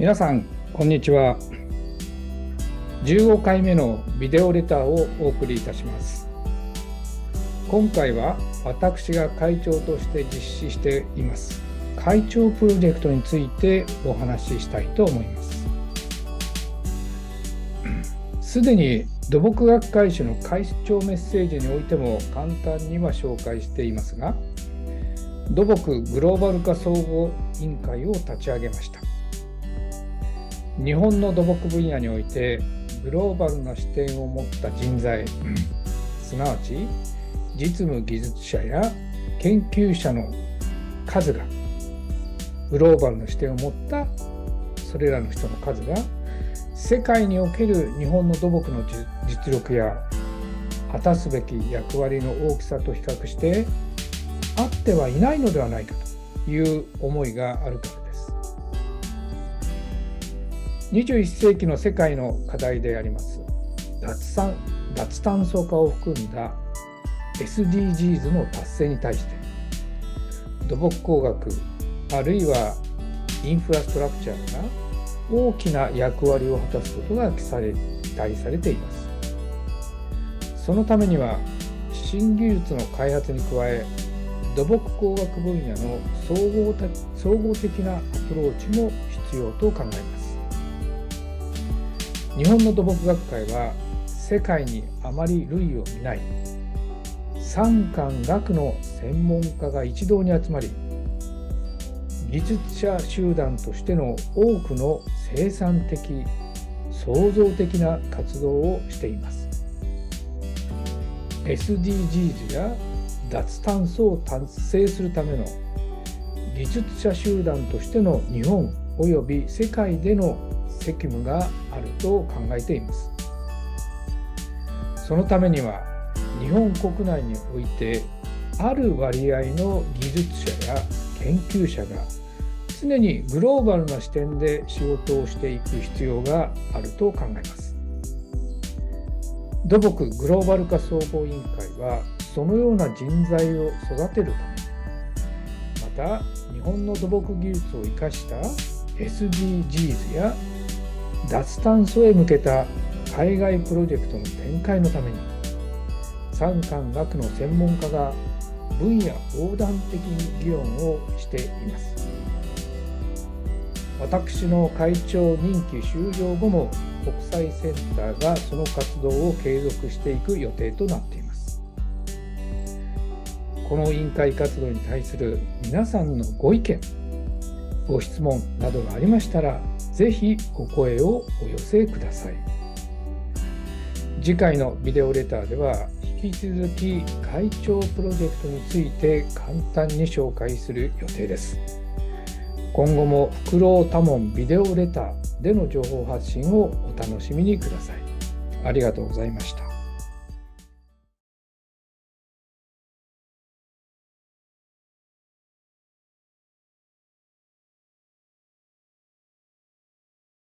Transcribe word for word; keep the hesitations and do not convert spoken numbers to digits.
皆さんこんにちは。じゅうごかいめのビデオレターをお送りいたします。今回は私が会長として実施しています会長プロジェクトについてお話ししたいと思います。すでに土木学会誌の会長メッセージにおいても簡単には紹介していますが、土木グローバル化総合委員会を立ち上げました。日本の土木分野においてグローバルな視点を持った人材、すなわち実務技術者や研究者の数が、グローバルな視点を持ったそれらの人の数が世界における日本の土木の実力や果たすべき役割の大きさと比較して合ってはいないのではないかという思いがあるからです。にじゅういっせいきの世界の課題であります脱炭、脱炭素化を含んだ エスディージーズ の達成に対して土木工学あるいはインフラストラクチャーが大きな役割を果たすことが期待されています。そのためには新技術の開発に加え土木工学分野の総合的、総合的なアプローチも必要と考えます。日本の土木学会は世界にあまり類を見ない産官学の専門家が一堂に集まり、技術者集団としての多くの生産的、創造的な活動をしています。エスディージーズ や脱炭素を達成するための技術者集団としての日本および世界での責務があると考えています。そのためには日本国内においてある割合の技術者や研究者が常にグローバルな視点で仕事をしていく必要があると考えます。土木グローバル化総合委員会はそのような人材を育てるため、また日本の土木技術を生かした エスディージーズ や脱炭素へ向けた海外プロジェクトの展開のために産官学の専門家が分野横断的に議論をしています。私の会長任期終了後も国際センターがその活動を継続していく予定となっています。この委員会活動に対する皆さんのご意見、ご質問などがありましたら、ぜひお声をお寄せください。次回のビデオレターでは引き続き会長プロジェクトについて簡単に紹介する予定です。今後もフクロウ多聞ビデオレターでの情報発信をお楽しみにください。ありがとうございました。